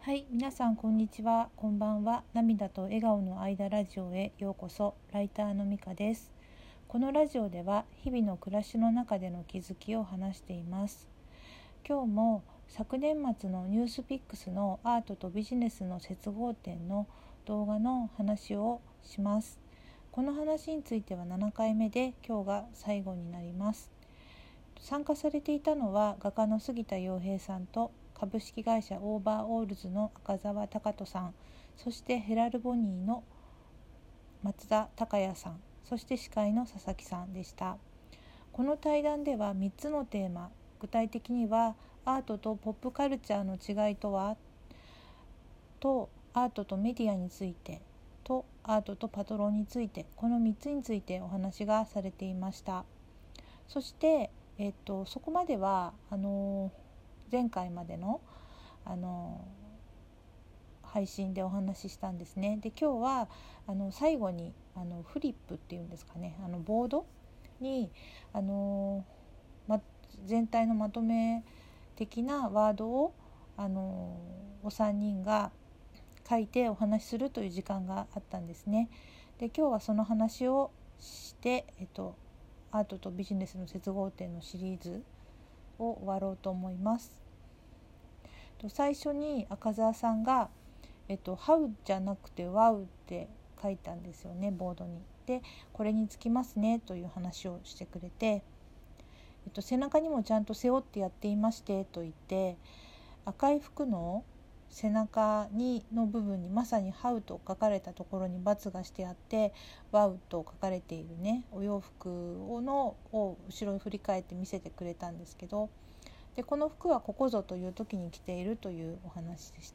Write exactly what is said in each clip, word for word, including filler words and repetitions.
はい、皆さんこんにちは、こんばんは。涙と笑顔の間ラジオへようこそ。ライターのみかです。このラジオでは日々の暮らしの中での気づきを話しています。今日も昨年末のニュースピックスのアートとビジネスの接合点の動画の話をします。この話についてはななかいめで、今日が最後になります。参加されていたのは画家の杉田洋平さんと株式会社オーバーオールズの赤澤貴人さん、そしてヘラルボニーの松田孝也さん、そして司会の佐々木さんでした。この対談ではみっつのテーマ、具体的にはアートとポップカルチャーの違いとはとアートとメディアについてとアートとパトロンについて、このみっつについてお話がされていました。そしてえっと、そこまではあの前回までの、あの配信でお話ししたんですね。で今日はあの最後にあのフリップっていうんですかね、あのボードにあの、ま、全体のまとめ的なワードをあのお三人が書いてお話しするという時間があったんですね。で今日はその話をして、えっとアートとビジネスの接合点のシリーズを終わろうと思います。最初に赤澤さんが、えっと、How じゃなくて Wow って書いたんですよね、ボードに。で、これにつきますねという話をしてくれて、えっと、背中にもちゃんと背負ってやっていましてと言って、赤い服の背中にの部分にまさに How と書かれたところに×がしてあって Wow と書かれているね、お洋服のを後ろに振り返って見せてくれたんですけど、でこの服はここぞという時に着ているというお話でした。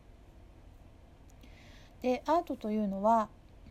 でアートというのは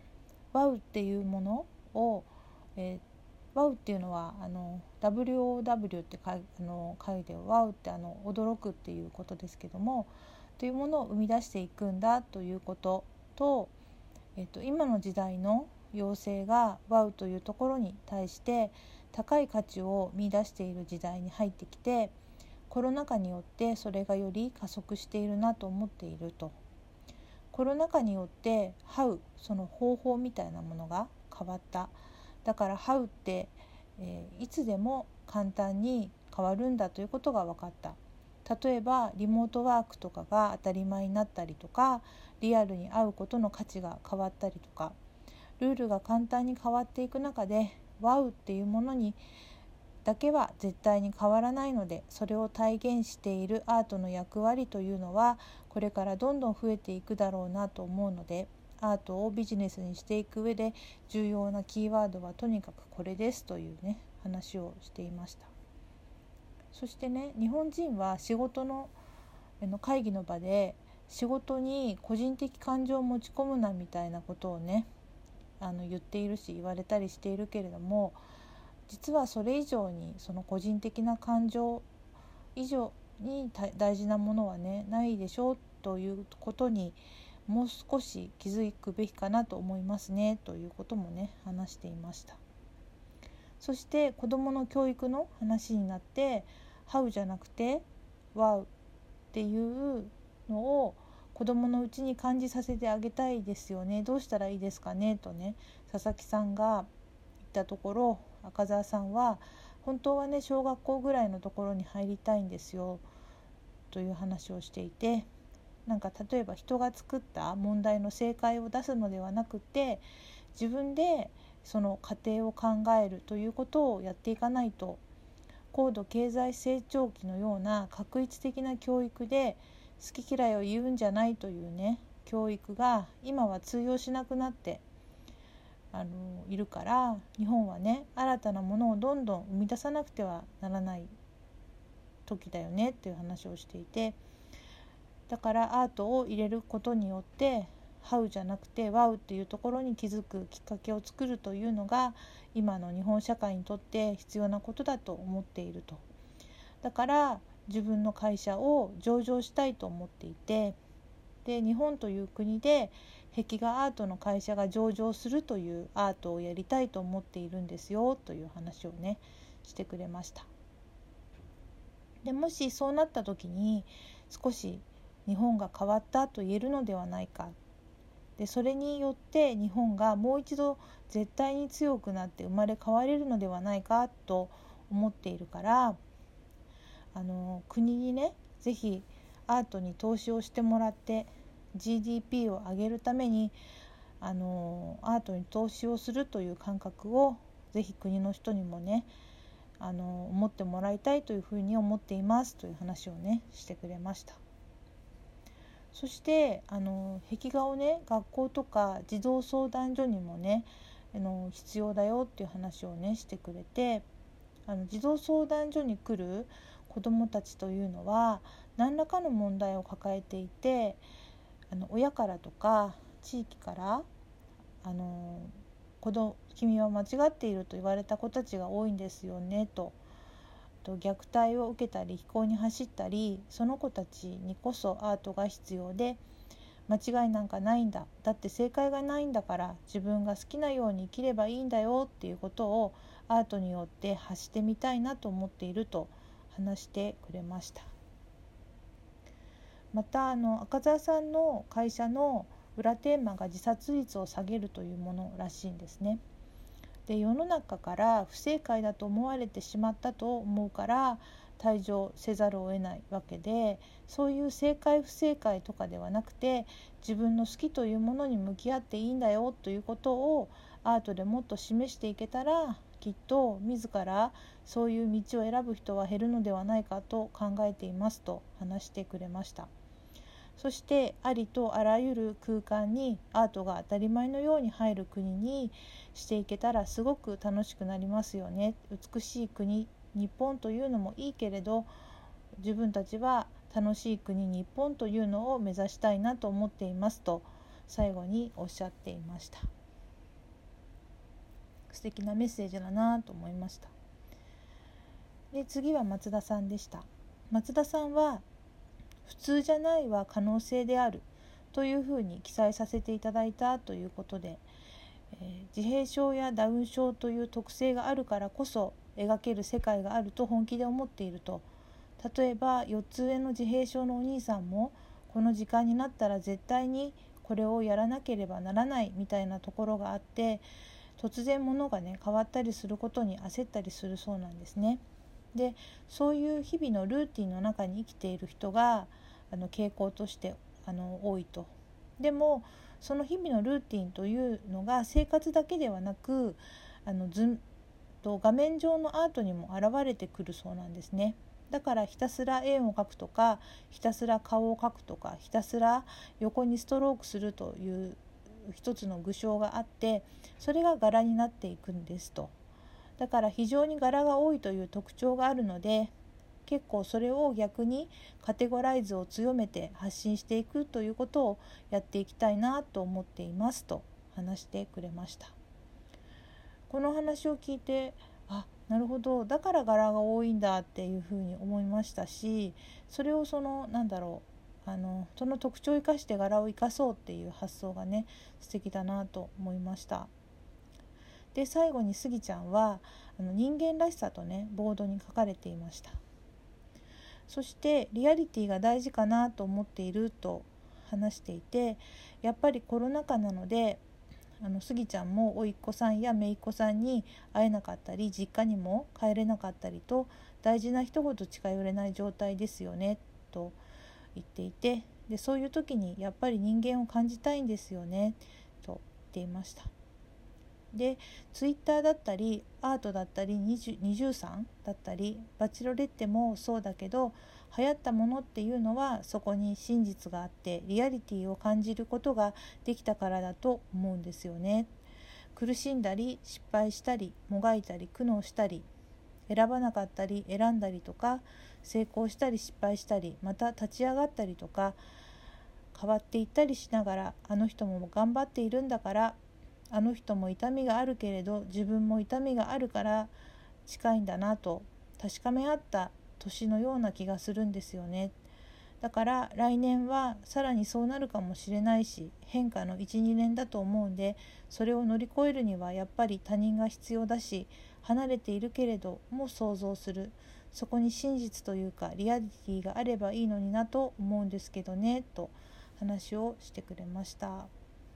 Wow っていうものを、えー、Wow っていうのはあの ダブリューオーダブリュー って書いあの書いて Wow ってあの驚くっていうことですけども、というものを生み出していくんだということと、えっと、今の時代の要請が Wow というところに対して高い価値を見出している時代に入ってきて、コロナ禍によってそれがより加速しているなと思っていると。コロナ禍によって How、 その方法みたいなものが変わった。だから How って、えー、いつでも簡単に変わるんだということが分かった。例えばリモートワークとかが当たり前になったりとか、リアルに会うことの価値が変わったりとか、ルールが簡単に変わっていく中で Wow っていうものにだけは絶対に変わらないので、それを体現しているアートの役割というのはこれからどんどん増えていくだろうなと思うので、アートをビジネスにしていく上で重要なキーワードはとにかくこれですというね、話をしていました。そしてね、日本人は仕事の会議の場で仕事に個人的感情を持ち込むなみたいなことをね、あの言っているし言われたりしているけれども、実はそれ以上にその個人的な感情以上に大事なものはねないでしょうということにもう少し気づくべきかなと思いますねということもね話していました。そして子どもの教育の話になって How じゃなくて Wow っていうのを子どものうちに感じさせてあげたいですよね、どうしたらいいですかねとね、佐々木さんが言ったところ、赤澤さんは本当はね小学校ぐらいのところに入りたいんですよという話をしていて、なんか例えば人が作った問題の正解を出すのではなくて、自分でその過程を考えるということをやっていかないと、高度経済成長期のような画一的な教育で好き嫌いを言うんじゃないというね教育が今は通用しなくなってあのいるから、日本はね新たなものをどんどん生み出さなくてはならない時だよねっていう話をしていて、だからアートを入れることによってHow じゃなくて Wow っていうところに気づくきっかけを作るというのが今の日本社会にとって必要なことだと思っていると。だから自分の会社を上場したいと思っていて、で日本という国で壁画アートの会社が上場するというアートをやりたいと思っているんですよという話をねしてくれました。でもしそうなった時に少し日本が変わったと言えるのではないか。でそれによって日本がもう一度絶対に強くなって生まれ変われるのではないかと思っているから、あの国にねぜひアートに投資をしてもらって ジーディーピー を上げるためにあのアートに投資をするという感覚をぜひ国の人にもねあの思ってもらいたいというふうに思っていますという話をねしてくれました。そしてあの壁画をね学校とか児童相談所にもねあの必要だよっていう話をねしてくれて、あの児童相談所に来る子どもたちというのは何らかの問題を抱えていて、あの親からとか地域からあの子ど君は間違っていると言われた子たちが多いんですよねと。虐待を受けたり非行に走ったり、その子たちにこそアートが必要で、間違いなんかないんだ、だって正解がないんだから自分が好きなように生きればいいんだよっていうことをアートによって発してみたいなと思っていると話してくれました。またあの赤澤さんの会社の裏テーマが自殺率を下げるというものらしいんですね。で世の中から不正解だと思われてしまったと思うから退場せざるを得ないわけで、そういう正解不正解とかではなくて自分の好きというものに向き合っていいんだよということをアートでもっと示していけたら、きっと自らそういう道を選ぶ人は減るのではないかと考えていますと話してくれました。そしてありとあらゆる空間にアートが当たり前のように入る国にしていけたらすごく楽しくなりますよね。美しい国日本というのもいいけれど、自分たちは楽しい国日本というのを目指したいなと思っていますと最後におっしゃっていました。素敵なメッセージだなと思いました。で次は松田さんでした。松田さんは普通じゃないは可能性であるというふうに記載させていただいたということで、えー、自閉症やダウン症という特性があるからこそ描ける世界があると本気で思っていると。例えばよっつ上の自閉症のお兄さんもこの時間になったら絶対にこれをやらなければならないみたいなところがあって、突然物がね変わったりすることに焦ったりするそうなんですね。でそういう日々のルーティンの中に生きている人があの傾向としてあの多いと。でもその日々のルーティンというのが生活だけではなくあのずと画面上のアートにも現れてくるそうなんですね。だからひたすら円を描くとかひたすら顔を描くとかひたすら横にストロークするという一つの具象があって、それが柄になっていくんですと。だから非常に柄が多いという特徴があるので、結構それを逆にカテゴライズを強めて発信していくということをやっていきたいなと思っていますと話してくれました。この話を聞いて、あ、なるほど、だから柄が多いんだっていうふうに思いましたし、それをそのなんだろうあのその特徴を生かして柄を生かそうっていう発想がね素敵だなと思いました。で最後にスギちゃんはあの人間らしさとねボードに書かれていました。そしてリアリティが大事かなと思っていると話していて、やっぱりコロナ禍なのであのスギちゃんも甥っ子さんや姪っ子さんに会えなかったり実家にも帰れなかったりと大事な人ほど近寄れない状態ですよねと言っていて、でそういう時にやっぱり人間を感じたいんですよねと言っていました。でツイッターだったりアートだったり二重さんだったりバチロレッテもそうだけど、流行ったものっていうのはそこに真実があってリアリティを感じることができたからだと思うんですよね。苦しんだり失敗したりもがいたり苦悩したり選ばなかったり選んだりとか成功したり失敗したりまた立ち上がったりとか変わっていったりしながら、あの人も頑張っているんだから、あの人も痛みがあるけれど自分も痛みがあるから近いんだなと確かめ合った年のような気がするんですよね。だから来年はさらにそうなるかもしれないし、変化の いちにねんだと思うんで、それを乗り越えるにはやっぱり他人が必要だし、離れているけれども想像する、 そこに真実というかリアリティがあればいいのになと思うんですけどねと話をしてくれました。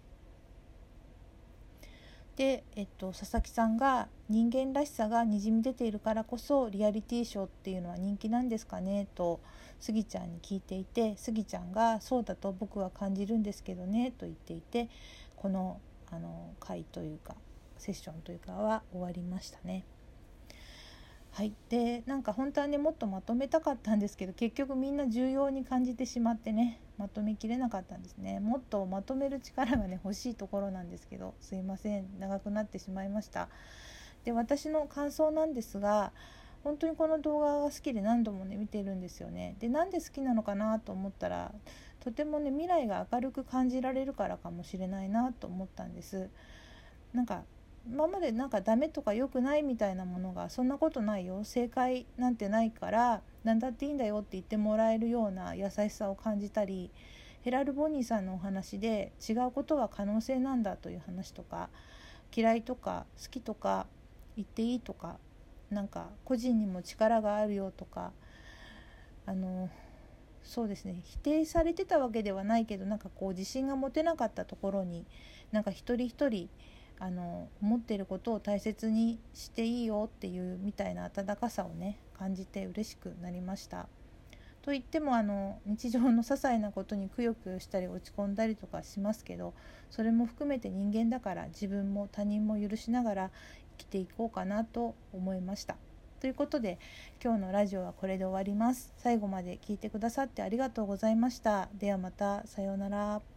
で、えっと、佐々木さんが人間らしさがにじみ出ているからこそリアリティショーっていうのは人気なんですかねとスギちゃんに聞いていて、スギちゃんがそうだと僕は感じるんですけどねと言っていて、この、あの会というかセッションというかは終わりましたね。はい、でなんか本当はねもっとまとめたかったんですけど、結局みんな重要に感じてしまってねまとめきれなかったんですね。もっとまとめる力がね欲しいところなんですけど、すいません長くなってしまいました。で私の感想なんですが、本当にこの動画が好きで何度もね見てるんですよね。でなんで好きなのかなと思ったら、とてもね未来が明るく感じられるからかもしれないなと思ったんです。なんか今までなんかダメとか良くないみたいなものが、そんなことないよ、正解なんてないから何だっていいんだよって言ってもらえるような優しさを感じたり、ヘラル・ボニーさんのお話で違うことは可能性なんだという話とか、嫌いとか好きとか言っていいとか、なんか個人にも力があるよとか、あのそうですね、否定されてたわけではないけど、なんかこう自信が持てなかったところに、なんか一人一人あの思っていることを大切にしていいよっていうみたいな温かさをね感じて嬉しくなりました。と言ってもあの日常の些細なことにくよくよしたり落ち込んだりとかしますけど、それも含めて人間だから自分も他人も許しながら生きていこうかなと思いました。ということで今日のラジオはこれで終わります。最後まで聞いてくださってありがとうございました。ではまた、さようなら。